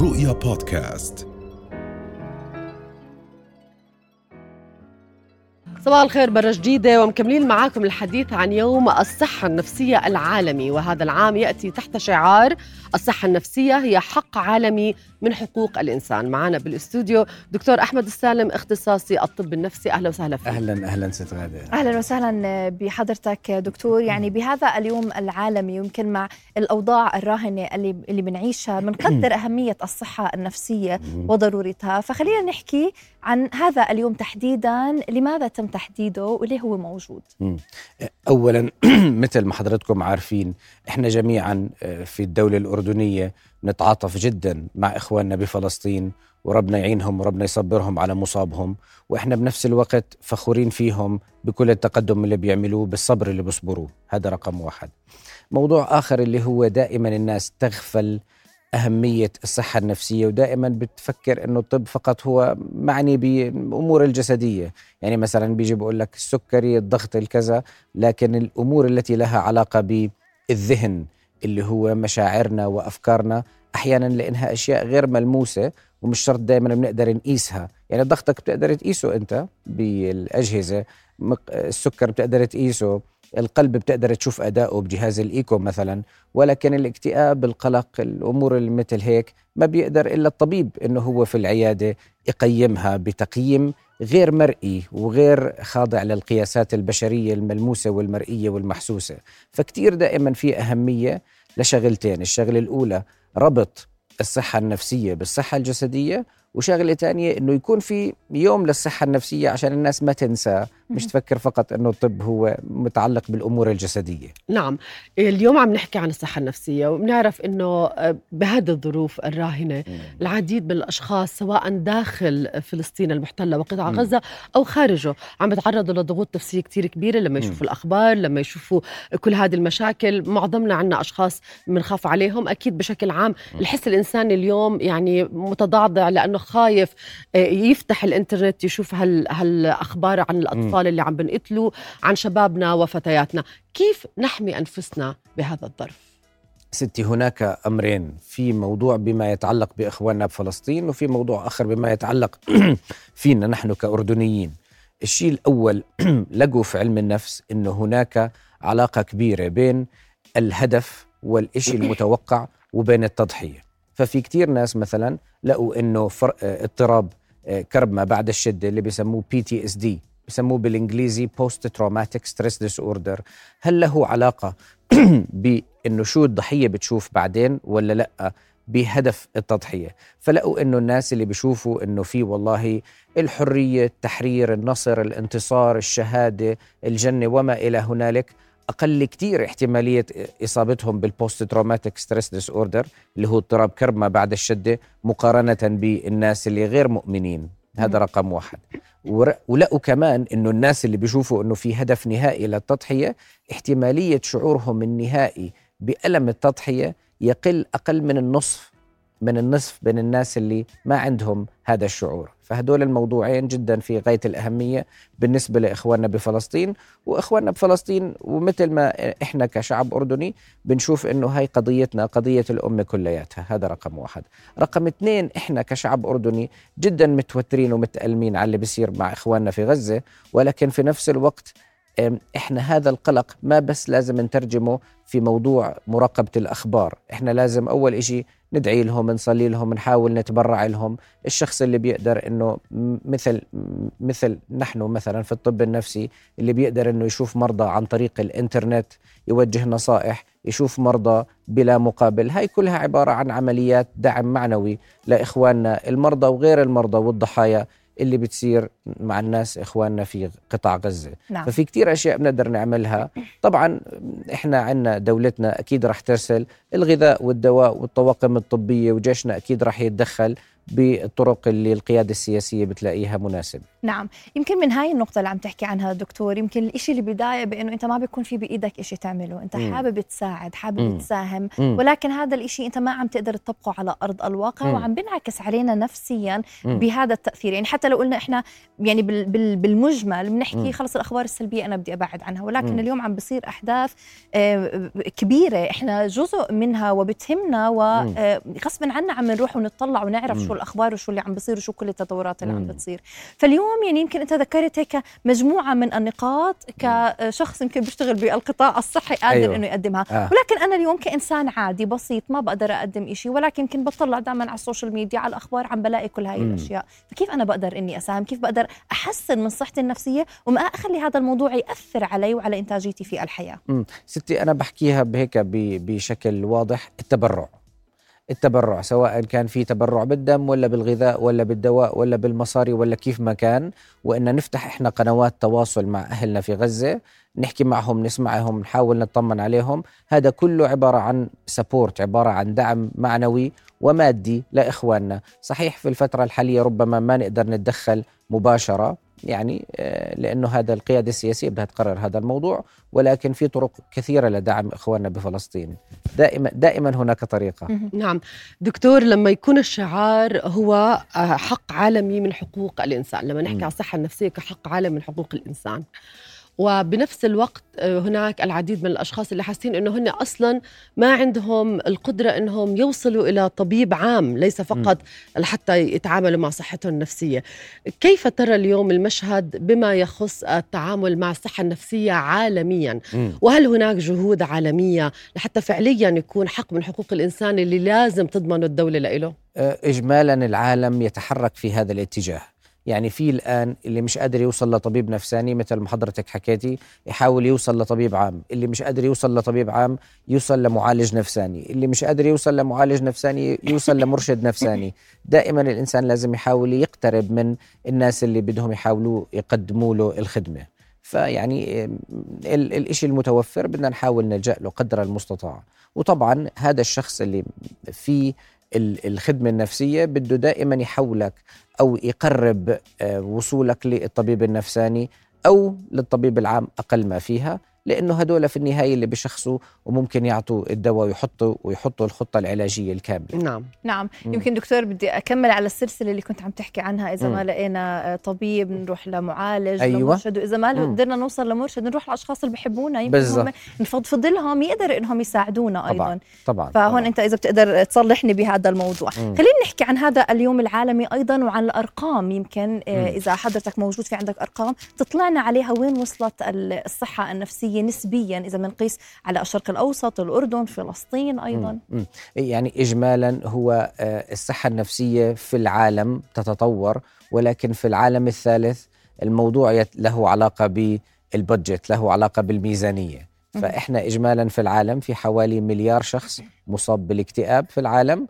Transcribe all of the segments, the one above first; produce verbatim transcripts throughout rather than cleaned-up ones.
رؤيا بودكاست. صباح الخير مرة جديدة، ومكملين معاكم الحديث عن يوم الصحة النفسية العالمي، وهذا العام يأتي تحت شعار الصحة النفسية هي حق عالمي من حقوق الإنسان. معنا بالاستوديو دكتور أحمد السالم، اختصاصي الطب النفسي. أهلا وسهلا فيك. أهلا أهلا ست غادة. أهلا وسهلا بحضرتك دكتور. يعني بهذا اليوم العالمي يمكن مع الأوضاع الراهنة اللي اللي بنعيشها بنقدر أهمية الصحة النفسية وضرورتها، فخلينا نحكي عن هذا اليوم تحديدا، لماذا تم تحديده وليه هو موجود؟ أولا مثل ما حضرتكم عارفين إحنا جميعا في الدولة الأردنية نتعاطف جدا مع إخواننا بفلسطين، وربنا يعينهم وربنا يصبرهم على مصابهم، وإحنا بنفس الوقت فخورين فيهم بكل التقدم اللي بيعملوه، بالصبر اللي بيصبروه. هذا رقم واحد. موضوع آخر اللي هو دائما الناس تغفل أهمية الصحة النفسية، ودائما بتفكر أنه الطب فقط هو معني بأمور الجسدية، يعني مثلا بيجي بقول لك السكري، الضغط، الكذا، لكن الأمور التي لها علاقة بالذهن اللي هو مشاعرنا وأفكارنا أحيانا لأنها أشياء غير ملموسة ومش شرط دائما بنقدر نقيسها. يعني ضغطك بتقدر تقيسه أنت بالأجهزة، السكر بتقدر تقيسه، القلب بتقدر تشوف أداؤه بجهاز الإيكو مثلا، ولكن الاكتئاب، القلق، الأمور اللي مثل هيك ما بيقدر إلا الطبيب إنه هو في العيادة يقيمها بتقييم غير مرئي وغير خاضع للقياسات البشرية الملموسة والمرئية والمحسوسة. فكتير دائما في أهمية لشغلتين: الشغلة الأولى ربط الصحة النفسية بالصحة الجسدية، وشغلة تانية إنه يكون في يوم للصحة النفسية عشان الناس ما تنسى، مش تفكر فقط إنه الطب هو متعلق بالأمور الجسدية. نعم، اليوم عم نحكي عن الصحة النفسية، وبنعرف إنه بهذه الظروف الراهنة مم. العديد من الأشخاص سواء داخل فلسطين المحتلة وقطاع مم. غزة أو خارجه عم بتعرضوا لضغوط نفسية كتير كبيرة لما يشوفوا مم. الأخبار، لما يشوفوا كل هذه المشاكل. معظمنا عنا أشخاص منخاف عليهم. أكيد بشكل عام مم. الحس الإنساني اليوم يعني متضعضع، لأنه خايف يفتح الإنترنت يشوف هال هالأخبار عن الأطفال اللي عم بنقتلوا، عن شبابنا وفتياتنا. كيف نحمي أنفسنا بهذا الظرف؟ ستي، هناك أمرين: في موضوع بما يتعلق بإخواننا بفلسطين، وفي موضوع آخر بما يتعلق فينا نحن كأردنيين. الشيء الأول لقوا في علم النفس إنه هناك علاقة كبيرة بين الهدف والإشي المتوقع وبين التضحية. ففي كتير ناس مثلا لقوا إنه اضطراب كرب ما بعد الشدة اللي بيسموه بي تي إس دي، بيسموه بالإنجليزي Post Traumatic Stress Disorder، هل له علاقة بإنه شو الضحية بتشوف بعدين ولا لأ بهدف التضحية؟ فلقوا إنه الناس اللي بيشوفوا إنه في والله الحرية، التحرير، النصر، الانتصار، الشهادة، الجنة وما إلى هنالك، أقل كتير احتمالية إصابتهم بالبوست تروماتيك ستريس ديس أوردر اللي هو اضطراب كرب ما بعد الشدة، مقارنة بالناس اللي غير مؤمنين. هذا رقم واحد. ولقوا كمان إنه الناس اللي بيشوفوا إنه في هدف نهائي للتضحية، احتمالية شعورهم النهائي بألم التضحية يقل أقل من النصف من النصف بين الناس اللي ما عندهم هذا الشعور. فهدول الموضوعين جدا في غاية الأهمية بالنسبة لإخواننا بفلسطين. وإخواننا بفلسطين، ومثل ما إحنا كشعب أردني بنشوف إنه هاي قضيتنا، قضية الأمة كلياتها. هذا رقم واحد. رقم اثنين، إحنا كشعب أردني جدا متوترين ومتألمين على اللي بيصير مع إخواننا في غزة، ولكن في نفس الوقت إحنا هذا القلق ما بس لازم نترجمه في موضوع مراقبة الأخبار. إحنا لازم أول إشي ندعي لهم، نصلي لهم، نحاول نتبرع لهم. الشخص اللي بيقدر إنه مثل مثل نحن مثلا في الطب النفسي اللي بيقدر إنه يشوف مرضى عن طريق الإنترنت، يوجه نصائح، يشوف مرضى بلا مقابل، هاي كلها عبارة عن عمليات دعم معنوي لإخواننا المرضى وغير المرضى والضحايا اللي بتصير مع الناس إخواننا في قطاع غزة. نعم. ففي كتير أشياء بنقدر نعملها. طبعا إحنا عنا دولتنا أكيد رح ترسل الغذاء والدواء والطواقم الطبية، وجيشنا أكيد رح يتدخل، بالطرق اللي القيادة السياسية بتلاقيها مناسب. نعم، يمكن من هاي النقطة اللي عم تحكي عنها دكتور، يمكن الإشي اللي بداية بأنه أنت ما بيكون في بإيدك إشي تعمله، أنت مم. حابب تساعد، حابب مم. تساهم، مم. ولكن هذا الإشي أنت ما عم تقدر تطبقه على أرض الواقع، مم. وعم بينعكس علينا نفسيا مم. بهذا التأثير. يعني حتى لو قلنا إحنا يعني بال بال بالمجمل بنحكي مم. خلص الأخبار السلبية أنا بدي أبعد عنها، ولكن مم. اليوم عم بصير أحداث آه كبيرة إحنا جزء منها وبتهمنا، وغصبا عنا عم نروح ونطلع ونعرف مم. شو الأخبار وشو اللي عم بصير وشو كل التطورات اللي مم. عم بتصير. فاليوم يعني يمكن أنت ذكرت هيك مجموعة من النقاط كشخص يمكن بيشتغل بالقطاع الصحي قادر أيوة. إنه يقدمها، آه. ولكن أنا اليوم كإنسان عادي بسيط ما بقدر أقدم إشي، ولكن يمكن بطلع دائما على السوشيال ميديا على الأخبار عم بلاقي كل هاي مم. الأشياء. فكيف أنا بقدر إني أساهم؟ كيف بقدر أحسن من صحتي النفسية وما أخلي هذا الموضوع يأثر علي وعلى إنتاجيتي في الحياة؟ مم. ستي أنا بحكيها بهيك بشكل واضح. التبرع التبرع سواء كان في تبرع بالدم ولا بالغذاء ولا بالدواء ولا بالمصاري ولا كيف ما كان، وإن نفتح إحنا قنوات تواصل مع أهلنا في غزة، نحكي معهم، نسمعهم، نحاول نطمن عليهم. هذا كله عبارة عن سبورت، عبارة عن دعم معنوي ومادي لإخواننا. صحيح في الفترة الحالية ربما ما نقدر نتدخل مباشرة، يعني لأنه هذا القيادة السياسية بدها تقرر هذا الموضوع، ولكن في طرق كثيرة لدعم إخواننا بفلسطين. دائما دائما هناك طريقة. نعم دكتور، لما يكون الشعار هو حق عالمي من حقوق الإنسان، لما نحكي م. على الصحة النفسية كحق عالمي من حقوق الإنسان، وبنفس الوقت هناك العديد من الأشخاص اللي حاسين أنه هن أصلا ما عندهم القدرة أنهم يوصلوا إلى طبيب عام ليس فقط م. حتى يتعاملوا مع صحتهم النفسية. كيف ترى اليوم المشهد بما يخص التعامل مع الصحة النفسية عالميا؟ م. وهل هناك جهود عالمية لحتى فعليا يكون حق من حقوق الإنسان اللي لازم تضمنه الدولة لإله؟ إجمالا العالم يتحرك في هذا الاتجاه. يعني في الآن اللي مش قادر يوصل لطبيب نفساني مثل ما حضرتك حكيتي يحاول يوصل لطبيب عام، اللي مش قادر يوصل لطبيب عام يوصل لمعالج نفساني، اللي مش قادر يوصل لمعالج نفساني يوصل لمرشد نفساني. دائما الإنسان لازم يحاول يقترب من الناس اللي بدهم يحاولوا يقدموا له الخدمة. فيعني الاشي المتوفر بدنا نحاول نلجأ له قدر المستطاع. وطبعا هذا الشخص اللي في الخدمة النفسية بده دائما يحولك أو يقرب وصولك للطبيب النفساني أو للطبيب العام أقل ما فيها، لأنه هدول في النهاية اللي بيشخصوا وممكن يعطوا الدواء ويحطوا ويحطوا الخطة العلاجية الكاملة. نعم نعم. مم. يمكن دكتور بدي أكمل على السلسلة اللي كنت عم تحكي عنها. إذا مم. ما لقينا طبيب نروح لمعالج، أيوة. لمرشد، وإذا ما قدرنا نوصل لمرشد نروح للأشخاص اللي بحبونا، يمكن هم نفضفض لهم يقدر إنهم يساعدونا أيضا. طبعا. طبعا. فهون طبعا. أنت إذا بتقدر تصلحني بهذا الموضوع. مم. خلينا نحكي عن هذا اليوم العالمي أيضا وعن الأرقام. يمكن مم. إذا حضرتك موجود في عندك أرقام تطلعنا عليها وين وصلت الصحة النفسية نسبيا إذا منقيس على الشرق الأوسط، الأردن، فلسطين أيضا. مم. مم. يعني إجمالا هو الصحة النفسية في العالم تتطور، ولكن في العالم الثالث الموضوع له علاقة بالبادجت، له علاقة بالميزانية. مم. فإحنا إجمالا في العالم في حوالي مليار شخص مصاب بالاكتئاب في العالم،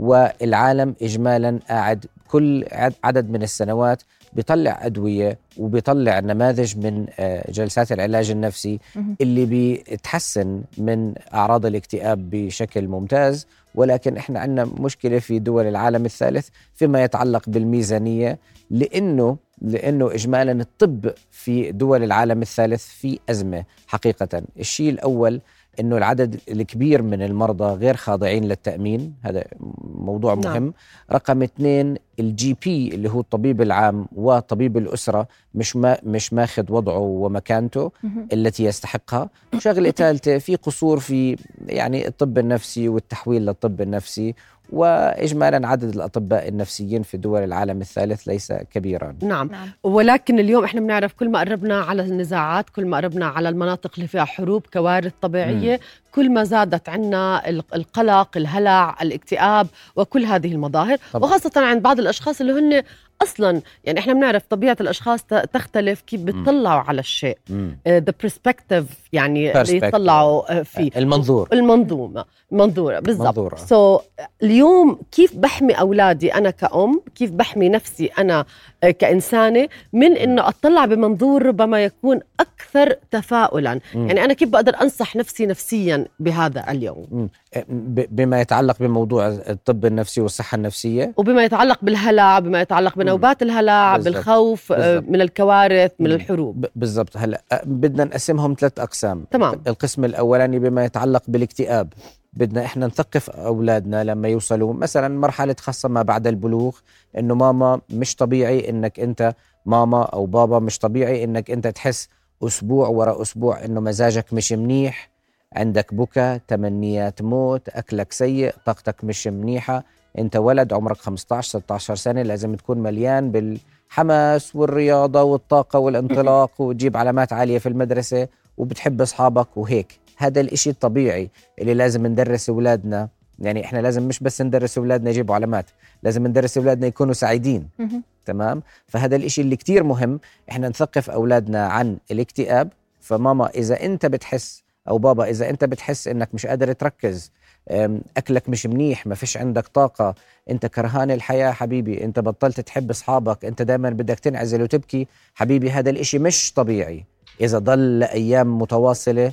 والعالم إجمالا قاعد كل عدد من السنوات بيطلع أدوية وبيطلع نماذج من جلسات العلاج النفسي اللي بيتحسن من أعراض الاكتئاب بشكل ممتاز. ولكن إحنا عندنا مشكلة في دول العالم الثالث فيما يتعلق بالميزانية، لأنه لأنه إجمالا الطب في دول العالم الثالث في أزمة حقيقة. الشيء الأول إنه العدد الكبير من المرضى غير خاضعين للتأمين، هذا موضوع مهم. نعم. رقم اثنين الجي بي اللي هو الطبيب العام وطبيب الأسرة مش ما مش ماخذ وضعه ومكانته التي يستحقها. شغلة ثالثة في قصور في يعني الطب النفسي والتحويل للطب النفسي، وإجمالا عدد الأطباء النفسيين في دول العالم الثالث ليس كبيرا. نعم. نعم. ولكن اليوم إحنا بنعرف كل ما قربنا على النزاعات، كل ما قربنا على المناطق اللي فيها حروب، كوارث طبيعية، م. كل ما زادت عنا القلق، الهلع، الاكتئاب وكل هذه المظاهر. طبعا. وخاصة عند بعض الأشخاص اللي هن أصلا يعني إحنا بنعرف طبيعة الأشخاص تختلف كيف بتطلعوا على الشيء. the perspective يعني اللي يطلعوا فيه المنظور المنظومة منظورة بالضبط. so اليوم كيف بحمي أولادي أنا كأم، كيف بحمي نفسي أنا كإنسانة من إنه أطلع بمنظور ربما يكون أكثر تفاؤلا. م. يعني أنا كيف بقدر أنصح نفسي نفسيا بهذا اليوم؟ م. بما يتعلق بموضوع الطب النفسي والصحة النفسية، وبما يتعلق بالهلع، بما يتعلق بنوبات الهلع، بالزبط. بالخوف بالزبط. من الكوارث، من م. الحروب. بالضبط. هلا بدنا نقسمهم ثلاث أقسام. تمام. القسم الأولاني بما يتعلق بالاكتئاب، بدنا إحنا نثقف أولادنا لما يوصلوا مثلا مرحلة خاصة ما بعد البلوغ إنه ماما مش طبيعي إنك أنت ماما أو بابا مش طبيعي إنك أنت تحس أسبوع وراء أسبوع إنه مزاجك مش منيح، عندك بكى، تمنيات موت، أكلك سيء، طاقتك مش منيحة. أنت ولد عمرك خمسة عشر ستة عشر سنة، لازم تكون مليان بالحماس والرياضة والطاقة والانطلاق وتجيب علامات عالية في المدرسة وبتحب أصحابك وهيك. هذا الإشي الطبيعي اللي لازم ندرس أولادنا. يعني إحنا لازم مش بس ندرس أولادنا يجيبوا علامات، لازم ندرس أولادنا يكونوا سعيدين. تمام. فهذا الإشي اللي كتير مهم، إحنا نثقف أولادنا عن الاكتئاب. فماما إذا أنت بتحس أو بابا إذا أنت بتحس إنك مش قادر تركز، أكلك مش منيح، ما فيش عندك طاقة، أنت كرهان الحياة حبيبي، أنت بطلت تحب أصحابك، أنت دايما بدك تنعزل وتبكي حبيبي، هذا الإشي مش طبيعي إذا ضل لأيام متواصلة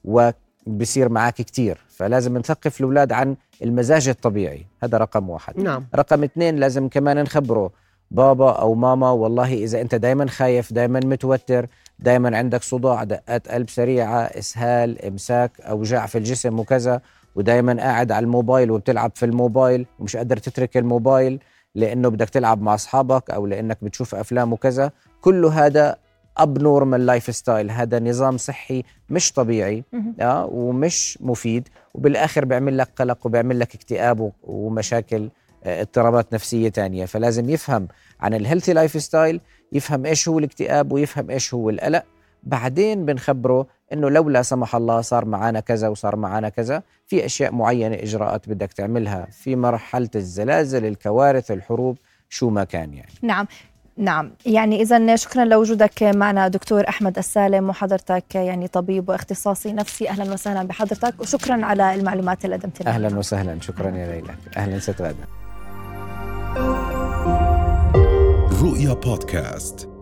وبصير معك كتير. فلازم نثقف الأولاد عن المزاج الطبيعي. هذا رقم واحد. نعم. رقم اثنين، لازم كمان نخبره بابا أو ماما والله إذا أنت دايما خايف، دايما متوتر، دايما عندك صداع، دقات قلب سريعة، إسهال، إمساك، أوجاع في الجسم وكذا، ودايما قاعد على الموبايل وبتلعب في الموبايل ومش قادر تترك الموبايل لأنه بدك تلعب مع أصحابك أو لأنك بتشوف أفلام وكذا، كل هذا abnormal lifestyle. هذا نظام صحي مش طبيعي آه ومش مفيد، وبالآخر بيعمل لك قلق وبيعمل لك اكتئاب ومشاكل آه اضطرابات نفسية تانية. فلازم يفهم عن الهيلثي لايف ستايل، يفهم إيش هو الاكتئاب ويفهم إيش هو القلق. بعدين بنخبره إنه لو لا سمح الله صار معانا كذا وصار معانا كذا، في أشياء معينة إجراءات بدك تعملها في مرحلة الزلازل، الكوارث، الحروب، شو ما كان يعني. نعم نعم. يعني إذن شكرا لوجودك معنا دكتور أحمد السالم، وحضرتك يعني طبيب واختصاصي نفسي. أهلا وسهلا بحضرتك وشكرا على المعلومات اللي قدمت لنا. أهلا وسهلا. شكرا يا ليلى. أهلا ست غادة. رؤيا بودكاست.